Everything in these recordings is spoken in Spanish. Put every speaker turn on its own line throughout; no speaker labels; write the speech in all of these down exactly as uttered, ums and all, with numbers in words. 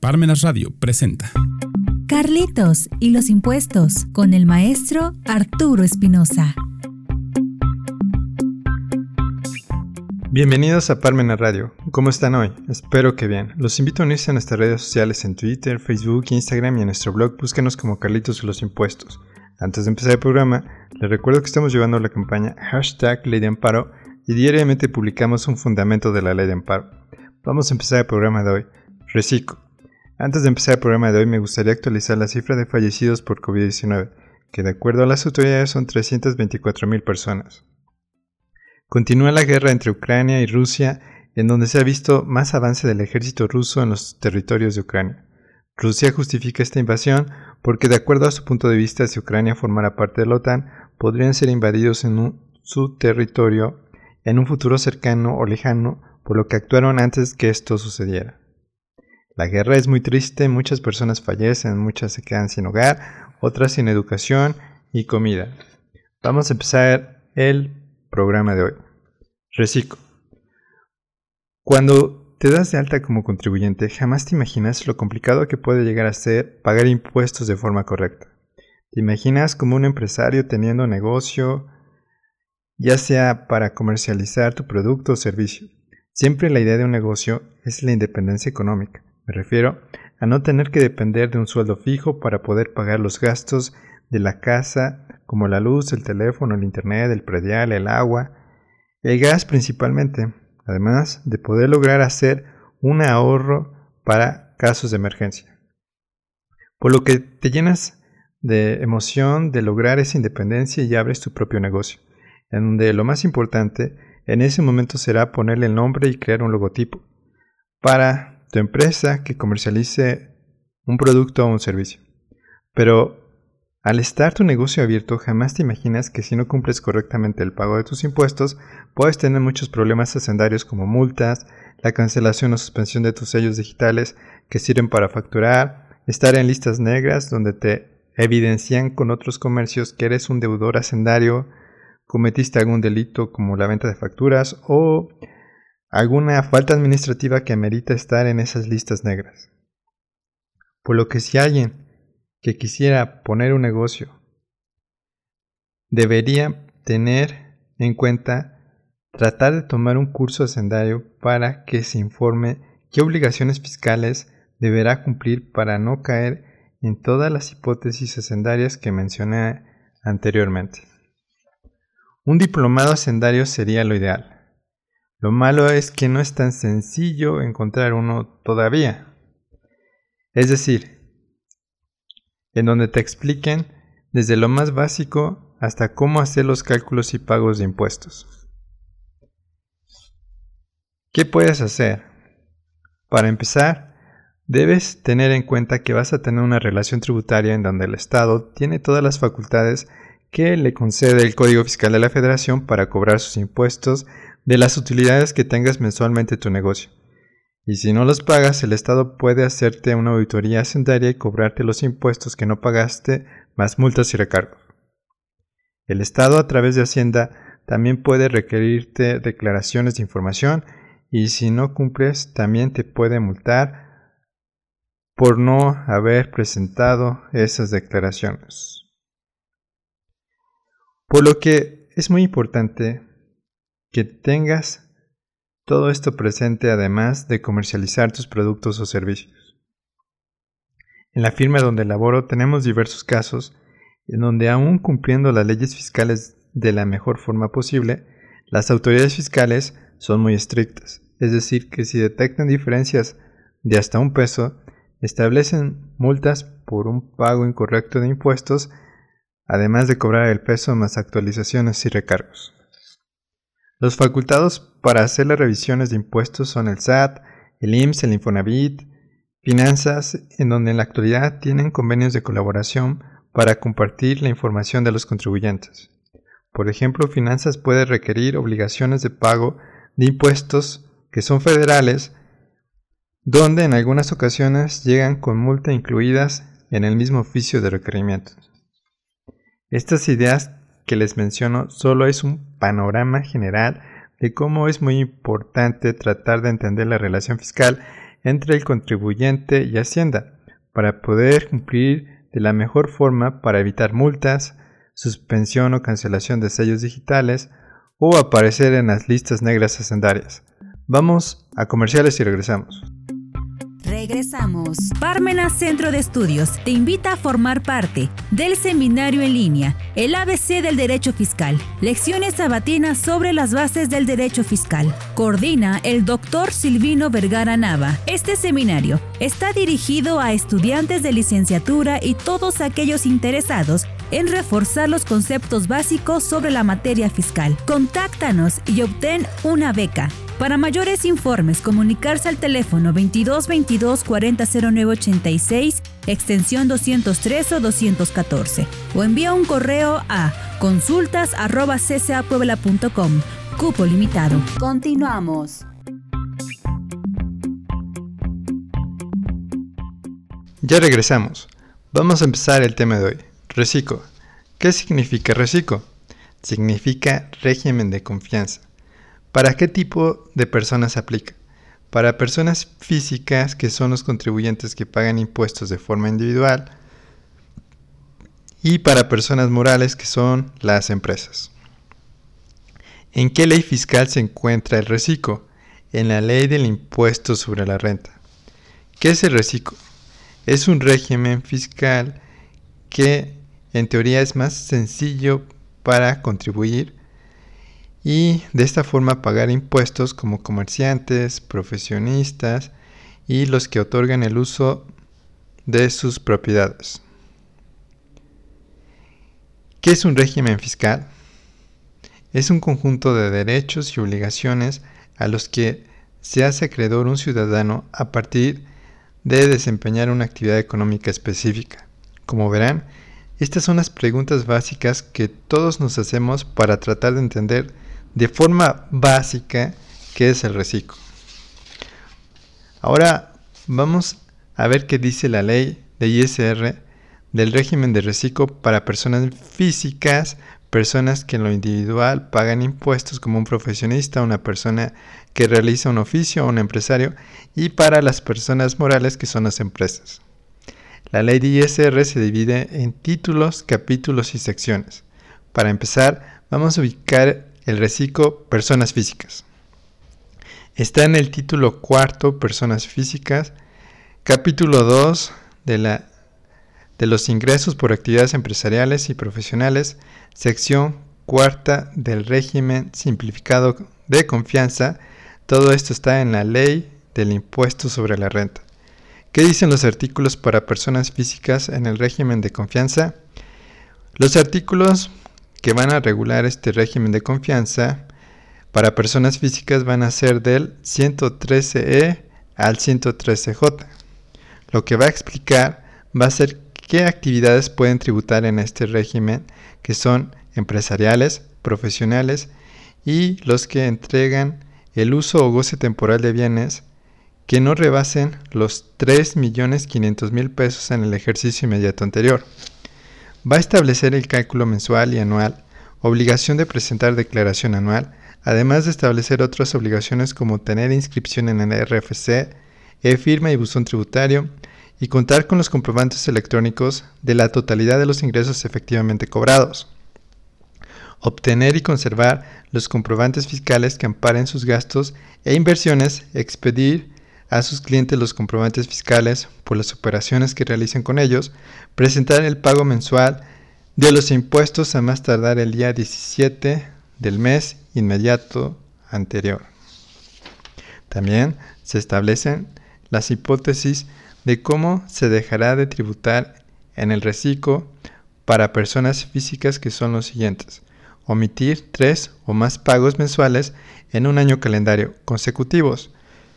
Parmenas Radio presenta
Carlitos y los impuestos con el maestro Arturo Espinosa.
Bienvenidos a Parmenas Radio. ¿Cómo están hoy? Espero que bien. Los invito a unirse a nuestras redes sociales en Twitter, Facebook, Instagram y en nuestro blog. Búsquenos como Carlitos y los impuestos. Antes de empezar el programa, les recuerdo que estamos llevando la campaña hashtag Ley de Amparo y diariamente publicamos un fundamento de la Ley de Amparo. Vamos a empezar el programa de hoy. Reciclo. Antes de empezar el programa de hoy me gustaría actualizar la cifra de fallecidos por covid diecinueve, que de acuerdo a las autoridades son trescientas veinticuatro mil personas. Continúa la guerra entre Ucrania y Rusia, en donde se ha visto más avance del ejército ruso en los territorios de Ucrania. Rusia justifica esta invasión porque, de acuerdo a su punto de vista, si Ucrania formara parte de la OTAN, podrían ser invadidos en un, su territorio en un futuro cercano o lejano, por lo que actuaron antes que esto sucediera. La guerra es muy triste, muchas personas fallecen, muchas se quedan sin hogar, otras sin educación y comida. Vamos a empezar el programa de hoy. Reciclo. Cuando te das de alta como contribuyente, jamás te imaginas lo complicado que puede llegar a ser pagar impuestos de forma correcta. Te imaginas como un empresario teniendo negocio, ya sea para comercializar tu producto o servicio. Siempre la idea de un negocio es la independencia económica. Me refiero a no tener que depender de un sueldo fijo para poder pagar los gastos de la casa, como la luz, el teléfono, el internet, el predial, el agua, el gas principalmente, además de poder lograr hacer un ahorro para casos de emergencia. Por lo que te llenas de emoción de lograr esa independencia y abres tu propio negocio, en donde lo más importante en ese momento será ponerle el nombre y crear un logotipo para tu empresa que comercialice un producto o un servicio. Pero al estar tu negocio abierto, jamás te imaginas que si no cumples correctamente el pago de tus impuestos, puedes tener muchos problemas hacendarios como multas, la cancelación o suspensión de tus sellos digitales que sirven para facturar, estar en listas negras donde te evidencian con otros comercios que eres un deudor hacendario, cometiste algún delito como la venta de facturas o alguna falta administrativa que amerita estar en esas listas negras. Por lo que si alguien que quisiera poner un negocio debería tener en cuenta tratar de tomar un curso hacendario para que se informe qué obligaciones fiscales deberá cumplir para no caer en todas las hipótesis hacendarias que mencioné anteriormente. Un diplomado hacendario sería lo ideal. Lo malo es que no es tan sencillo encontrar uno todavía. Es decir, en donde te expliquen desde lo más básico hasta cómo hacer los cálculos y pagos de impuestos. ¿Qué puedes hacer? Para empezar, debes tener en cuenta que vas a tener una relación tributaria en donde el Estado tiene todas las facultades que le concede el Código Fiscal de la Federación para cobrar sus impuestos de las utilidades que tengas mensualmente tu negocio. Y si no los pagas, el Estado puede hacerte una auditoría hacendaria y cobrarte los impuestos que no pagaste, más multas y recargos. El Estado, a través de Hacienda, también puede requerirte declaraciones de información y si no cumples, también te puede multar por no haber presentado esas declaraciones. Por lo que es muy importante que tengas todo esto presente además de comercializar tus productos o servicios. En la firma donde laboro tenemos diversos casos en donde aún cumpliendo las leyes fiscales de la mejor forma posible, las autoridades fiscales son muy estrictas. Es decir, que si detectan diferencias de hasta un peso, establecen multas por un pago incorrecto de impuestos, además de cobrar el peso más actualizaciones y recargos. Los facultados para hacer las revisiones de impuestos son el S A T, el I M S S, el Infonavit, Finanzas, en donde en la actualidad tienen convenios de colaboración para compartir la información de los contribuyentes. Por ejemplo, Finanzas puede requerir obligaciones de pago de impuestos que son federales, donde en algunas ocasiones llegan con multa incluidas en el mismo oficio de requerimiento. Estas ideas que les menciono solo es un panorama general de cómo es muy importante tratar de entender la relación fiscal entre el contribuyente y Hacienda para poder cumplir de la mejor forma para evitar multas, suspensión o cancelación de sellos digitales o aparecer en las listas negras hacendarias. Vamos a comerciales y regresamos.
Regresamos. Parmenas Centro de Estudios te invita a formar parte del seminario en línea El A B C del Derecho Fiscal. Lecciones sabatinas sobre las bases del derecho fiscal. Coordina el doctor Silvino Vergara Nava. Este seminario está dirigido a estudiantes de licenciatura y todos aquellos interesados en reforzar los conceptos básicos sobre la materia fiscal. Contáctanos y obtén una beca. Para mayores informes, comunicarse al teléfono veintidós veintidós cuarenta cero nueve ochenta y seis, extensión doscientos tres o doscientos catorce, o envía un correo a consultas arroba c c a puebla punto com. Cupo limitado. Continuamos.
Ya regresamos. Vamos a empezar el tema de hoy. Reciclo. ¿Qué significa reciclo? Significa régimen de confianza. ¿Para qué tipo de personas aplica? Para personas físicas, que son los contribuyentes que pagan impuestos de forma individual, y para personas morales, que son las empresas. ¿En qué ley fiscal se encuentra el reciclo? En la ley del impuesto sobre la renta. ¿Qué es el reciclo? Es un régimen fiscal que en teoría es más sencillo para contribuir y de esta forma pagar impuestos como comerciantes, profesionistas y los que otorgan el uso de sus propiedades. ¿Qué es un régimen fiscal? Es un conjunto de derechos y obligaciones a los que se hace acreedor un ciudadano a partir de desempeñar una actividad económica específica. Como verán, estas son las preguntas básicas que todos nos hacemos para tratar de entender de forma básica qué es el reciclo. Ahora vamos a ver qué dice la ley de I S R del régimen de reciclo para personas físicas, personas que en lo individual pagan impuestos como un profesionista, una persona que realiza un oficio o un empresario, y para las personas morales, que son las empresas. La ley de I S R se divide en títulos, capítulos y secciones. Para empezar, vamos a ubicar el reciclo personas físicas. Está en el título cuarto, personas físicas, capítulo dos de, la, de los ingresos por actividades empresariales y profesionales, sección cuarta del régimen simplificado de confianza. Todo esto está en la ley del impuesto sobre la renta. ¿Qué dicen los artículos para personas físicas en el régimen de confianza? Los artículos que van a regular este régimen de confianza para personas físicas van a ser del ciento trece E al ciento trece J. Lo que va a explicar va a ser qué actividades pueden tributar en este régimen, que son empresariales, profesionales y los que entregan el uso o goce temporal de bienes que no rebasen los tres millones quinientos mil pesos en el ejercicio inmediato anterior. Va a establecer el cálculo mensual y anual, obligación de presentar declaración anual, además de establecer otras obligaciones como tener inscripción en el R F C, e-firma y buzón tributario, y contar con los comprobantes electrónicos de la totalidad de los ingresos efectivamente cobrados. Obtener y conservar los comprobantes fiscales que amparen sus gastos e inversiones, expedir a sus clientes los comprobantes fiscales por las operaciones que realicen con ellos, presentar el pago mensual de los impuestos a más tardar el día diecisiete del mes inmediato anterior. También se establecen las hipótesis de cómo se dejará de tributar en el reciclo para personas físicas, que son los siguientes: omitir tres o más pagos mensuales en un año calendario consecutivos,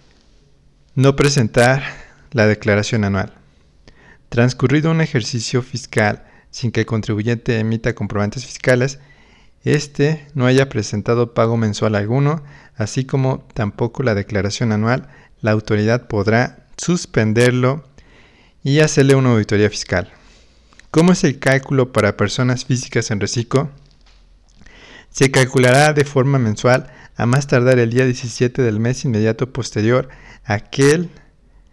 no presentar la declaración anual, transcurrido un ejercicio fiscal sin que el contribuyente emita comprobantes fiscales, este no haya presentado pago mensual alguno, así como tampoco la declaración anual, la autoridad podrá suspenderlo y hacerle una auditoría fiscal. ¿Cómo es el cálculo para personas físicas en reciclo? Se calculará de forma mensual a más tardar el día diecisiete del mes inmediato posterior a aquel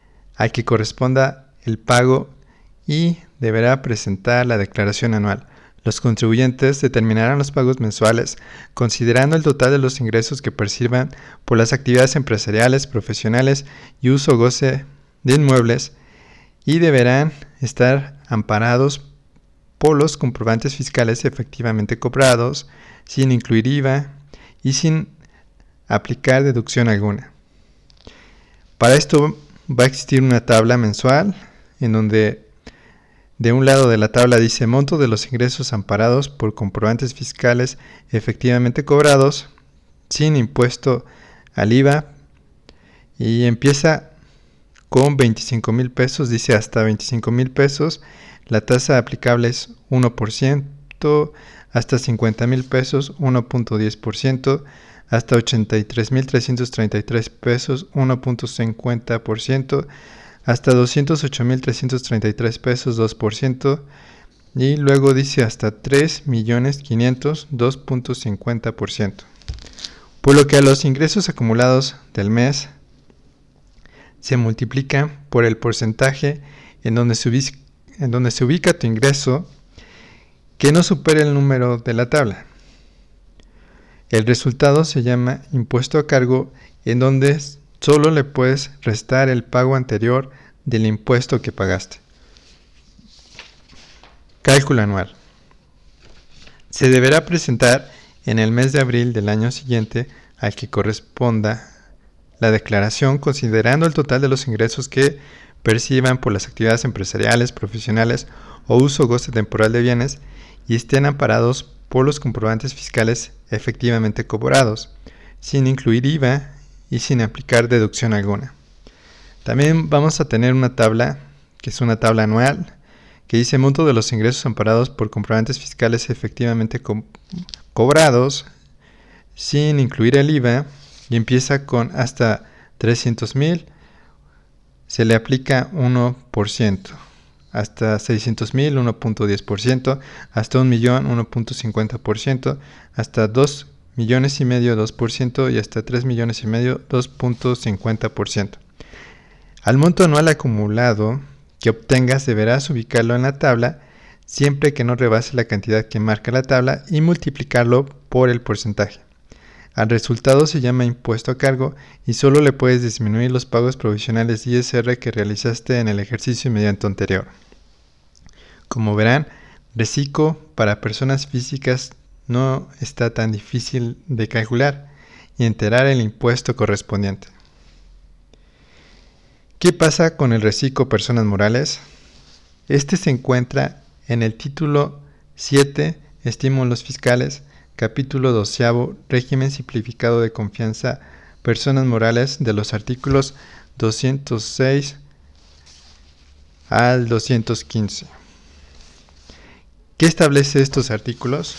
al que corresponda el pago y deberá presentar la declaración anual. Los contribuyentes determinarán los pagos mensuales considerando el total de los ingresos que perciban por las actividades empresariales, profesionales y uso o goce de inmuebles y deberán estar amparados por los comprobantes fiscales efectivamente cobrados, sin incluir I V A y sin aplicar deducción alguna. Para esto va a existir una tabla mensual en donde de un lado de la tabla dice monto de los ingresos amparados por comprobantes fiscales efectivamente cobrados, sin impuesto al I V A, y empieza con veinticinco mil pesos, dice hasta veinticinco mil pesos, la tasa aplicable es uno por ciento, hasta cincuenta mil pesos uno punto diez por ciento, hasta ochenta y tres mil trescientos treinta y tres pesos uno punto cincuenta por ciento, hasta doscientos ocho mil trescientos treinta y tres pesos dos por ciento y luego dice hasta tres millones quinientos dos punto cincuenta por ciento. Por lo que a los ingresos acumulados del mes se multiplican por el porcentaje en donde se ubica, en donde se ubica tu ingreso que no supere el número de la tabla. El resultado se llama impuesto a cargo, en donde solo le puedes restar el pago anterior del impuesto que pagaste. Cálculo anual. Se deberá presentar en el mes de abril del año siguiente al que corresponda la declaración considerando el total de los ingresos que perciban por las actividades empresariales, profesionales o uso o goce temporal de bienes y estén amparados por los comprobantes fiscales efectivamente cobrados, sin incluir I V A y sin aplicar deducción alguna. También vamos a tener una tabla, que es una tabla anual, que dice monto de los ingresos amparados por comprobantes fiscales efectivamente co- cobrados, sin incluir el I V A, y empieza con hasta trescientos mil, se le aplica uno por ciento, hasta seiscientos mil uno punto diez por ciento, hasta un millón uno punto cincuenta por ciento, hasta dos millones y medio dos por ciento y hasta tres millones y medio dos punto cincuenta por ciento. Al monto anual acumulado que obtengas deberás ubicarlo en la tabla siempre que no rebase la cantidad que marca la tabla y multiplicarlo por el porcentaje. Al resultado se llama impuesto a cargo y solo le puedes disminuir los pagos provisionales I S R que realizaste en el ejercicio inmediato anterior. Como verán, reciclo para personas físicas no está tan difícil de calcular y enterar el impuesto correspondiente. ¿Qué pasa con el reciclo personas morales? Este se encuentra en el título siete, Estímulos Fiscales, capítulo doceavo, Régimen Simplificado de Confianza, Personas Morales, de los artículos doscientos seis al doscientos quince. ¿Qué establece estos artículos?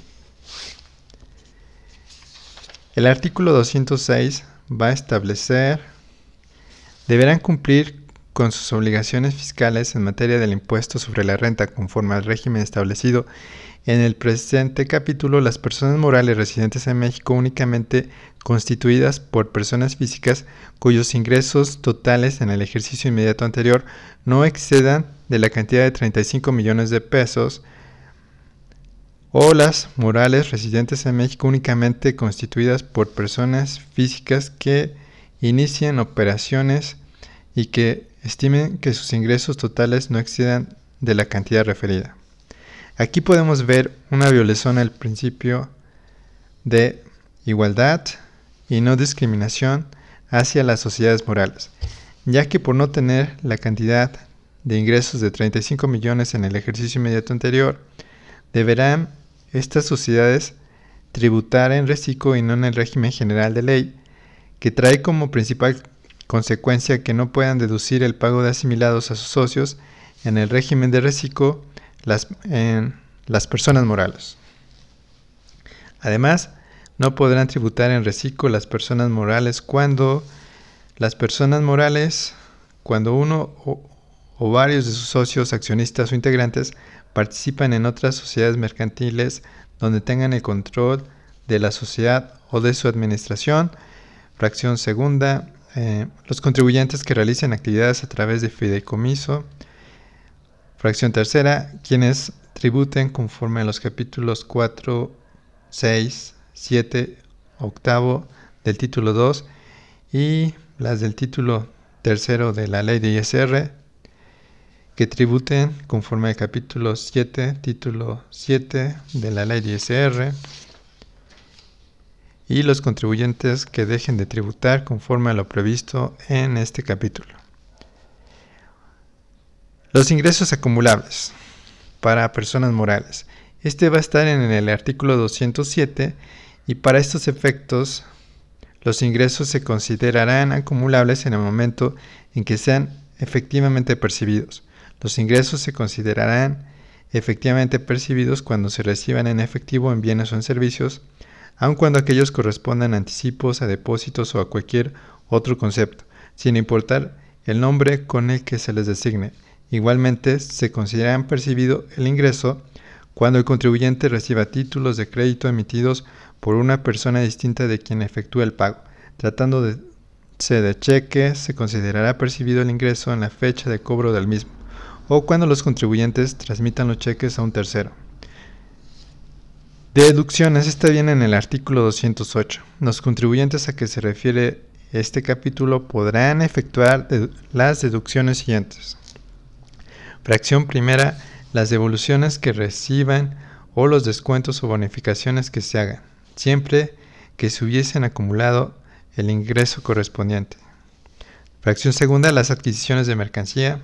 El artículo doscientos seis va a establecer: deberán cumplir con sus obligaciones fiscales en materia del impuesto sobre la renta conforme al régimen establecido en el presente capítulo las personas morales residentes en México únicamente constituidas por personas físicas cuyos ingresos totales en el ejercicio inmediato anterior no excedan de la cantidad de treinta y cinco millones de pesos, o las morales residentes en México únicamente constituidas por personas físicas que inicien operaciones y que estimen que sus ingresos totales no excedan de la cantidad referida. Aquí podemos ver una violación al principio de igualdad y no discriminación hacia las sociedades morales, ya que por no tener la cantidad de ingresos de treinta y cinco millones en el ejercicio inmediato anterior, deberán estas sociedades tributar en reciclo y no en el régimen general de ley, que trae como principal consecuencia que no puedan deducir el pago de asimilados a sus socios en el régimen de reciclo las, en las personas morales. Además, no podrán tributar en reciclo las personas morales cuando las personas morales, cuando uno o, o varios de sus socios, accionistas o integrantes participan en otras sociedades mercantiles donde tengan el control de la sociedad o de su administración, fracción segunda, eh, los contribuyentes que realicen actividades a través de fideicomiso. Fracción tercera, quienes tributen conforme a los capítulos cuatro, seis, siete, octavo del título dos y las del título tercero de la ley de I S R, que tributen conforme al capítulo siete, título siete de la ley de I S R, y los contribuyentes que dejen de tributar conforme a lo previsto en este capítulo. Los ingresos acumulables para personas morales. Este va a estar en el artículo doscientos siete y para estos efectos los ingresos se considerarán acumulables en el momento en que sean efectivamente percibidos. Los ingresos se considerarán efectivamente percibidos cuando se reciban en efectivo en bienes o en servicios, aun cuando aquellos correspondan a anticipos, a depósitos o a cualquier otro concepto, sin importar el nombre con el que se les designe. Igualmente, se considerarán percibido el ingreso cuando el contribuyente reciba títulos de crédito emitidos por una persona distinta de quien efectúa el pago. Tratando de, de cheque, se considerará percibido el ingreso en la fecha de cobro del mismo, o cuando los contribuyentes transmitan los cheques a un tercero. Deducciones. Esta viene en el artículo doscientos ocho. Los contribuyentes a que se refiere este capítulo podrán efectuar de, las deducciones siguientes. Fracción primera, las devoluciones que reciban o los descuentos o bonificaciones que se hagan, siempre que se hubiesen acumulado el ingreso correspondiente. Fracción segunda, las adquisiciones de mercancía,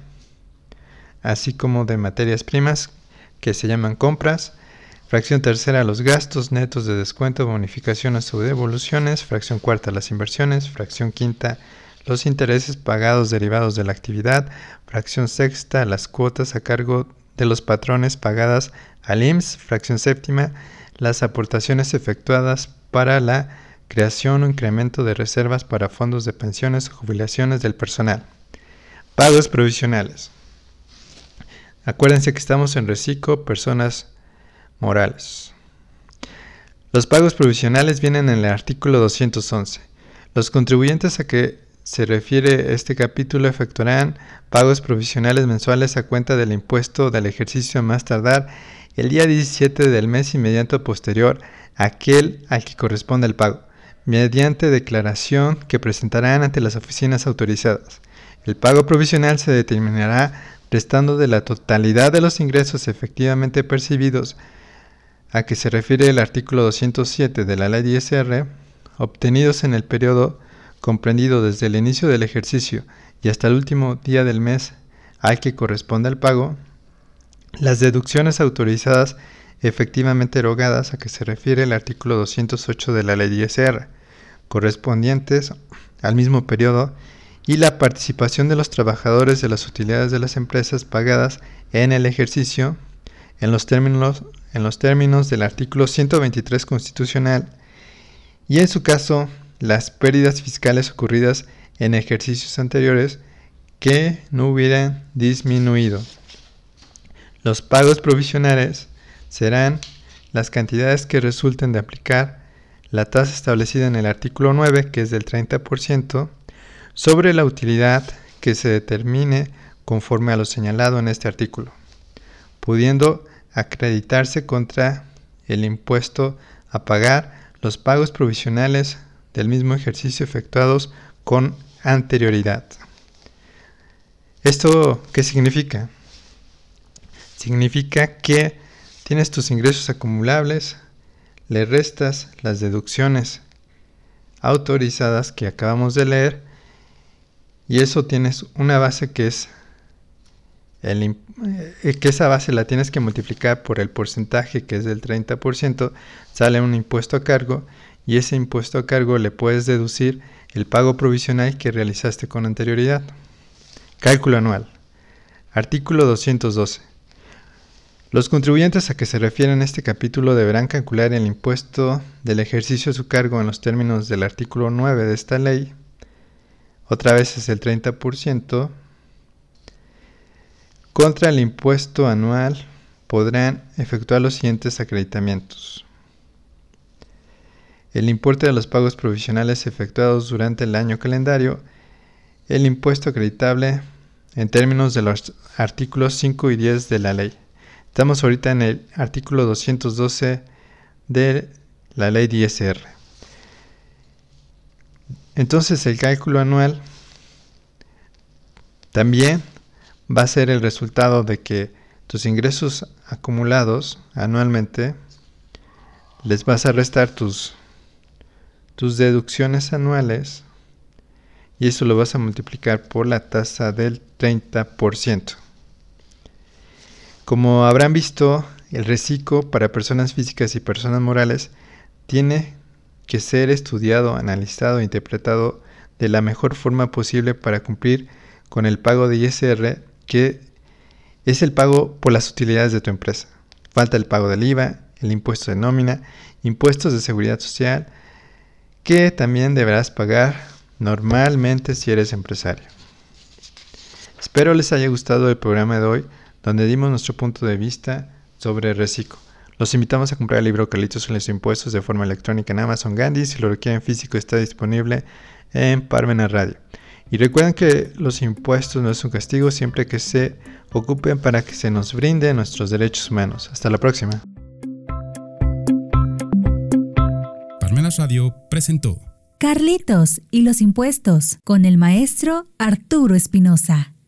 así como de materias primas, que se llaman compras. Fracción tercera, los gastos netos de descuento, bonificaciones o devoluciones. Fracción cuarta, las inversiones. Fracción quinta, los intereses pagados derivados de la actividad. Fracción sexta, las cuotas a cargo de los patrones pagadas al I M S S. Fracción séptima, las aportaciones efectuadas para la creación o incremento de reservas para fondos de pensiones o jubilaciones del personal. Pagos provisionales. Acuérdense que estamos en reciclo, personas morales. Los pagos provisionales vienen en el artículo doscientos once. Los contribuyentes a que se refiere este capítulo efectuarán pagos provisionales mensuales a cuenta del impuesto del ejercicio a más tardar el día diecisiete del mes inmediato posterior a aquel al que corresponde el pago, mediante declaración que presentarán ante las oficinas autorizadas. El pago provisional se determinará restando de la totalidad de los ingresos efectivamente percibidos a que se refiere el artículo doscientos siete de la ley de I S R, obtenidos en el periodo comprendido desde el inicio del ejercicio y hasta el último día del mes al que corresponde el pago, las deducciones autorizadas efectivamente erogadas a que se refiere el artículo doscientos ocho de la ley de I S R, correspondientes al mismo periodo, y la participación de los trabajadores de las utilidades de las empresas pagadas en el ejercicio en los términos, en los términos del artículo ciento veintitrés constitucional, y en su caso las pérdidas fiscales ocurridas en ejercicios anteriores que no hubieran disminuido. Los pagos provisionales serán las cantidades que resulten de aplicar la tasa establecida en el artículo nueve, que es del treinta por ciento, sobre la utilidad que se determine conforme a lo señalado en este artículo, pudiendo acreditarse contra el impuesto a pagar los pagos provisionales del mismo ejercicio efectuados con anterioridad. ¿Esto qué significa? Significa que tienes tus ingresos acumulables, le restas las deducciones autorizadas que acabamos de leer, y eso tienes una base que es el, que esa base la tienes que multiplicar por el porcentaje, que es del treinta por ciento, sale un impuesto a cargo, y ese impuesto a cargo le puedes deducir el pago provisional que realizaste con anterioridad. Cálculo anual. Artículo doscientos doce. Los contribuyentes a que se refieren este capítulo deberán calcular el impuesto del ejercicio a su cargo en los términos del artículo nueve de esta ley. Otra vez es el treinta por ciento. Contra el impuesto anual podrán efectuar los siguientes acreditamientos. El importe de los pagos provisionales efectuados durante el año calendario el impuesto acreditable en términos de los artículos cinco y diez de la ley. Estamos ahorita en el artículo doscientos doce de la ley de I S R. Entonces el cálculo anual también va a ser el resultado de que tus ingresos acumulados anualmente les vas a restar tus, tus deducciones anuales y eso lo vas a multiplicar por la tasa del treinta por ciento. Como habrán visto, el reciclo para personas físicas y personas morales tiene que ser estudiado, analizado e interpretado de la mejor forma posible para cumplir con el pago de I S R, que es el pago por las utilidades de tu empresa. Falta el pago del I V A, el impuesto de nómina, impuestos de seguridad social, que también deberás pagar normalmente si eres empresario. Espero les haya gustado el programa de hoy, donde dimos nuestro punto de vista sobre el reciclo. Los invitamos a comprar el libro Carlitos sobre los impuestos de forma electrónica en Amazon Gandhi. Si lo requieren físico, está disponible en Parmenas Radio. Y recuerden que los impuestos no es un castigo, siempre que se ocupen para que se nos brinden nuestros derechos humanos. Hasta la próxima.
Parmenas Radio presentó
Carlitos y los impuestos con el maestro Arturo Espinosa.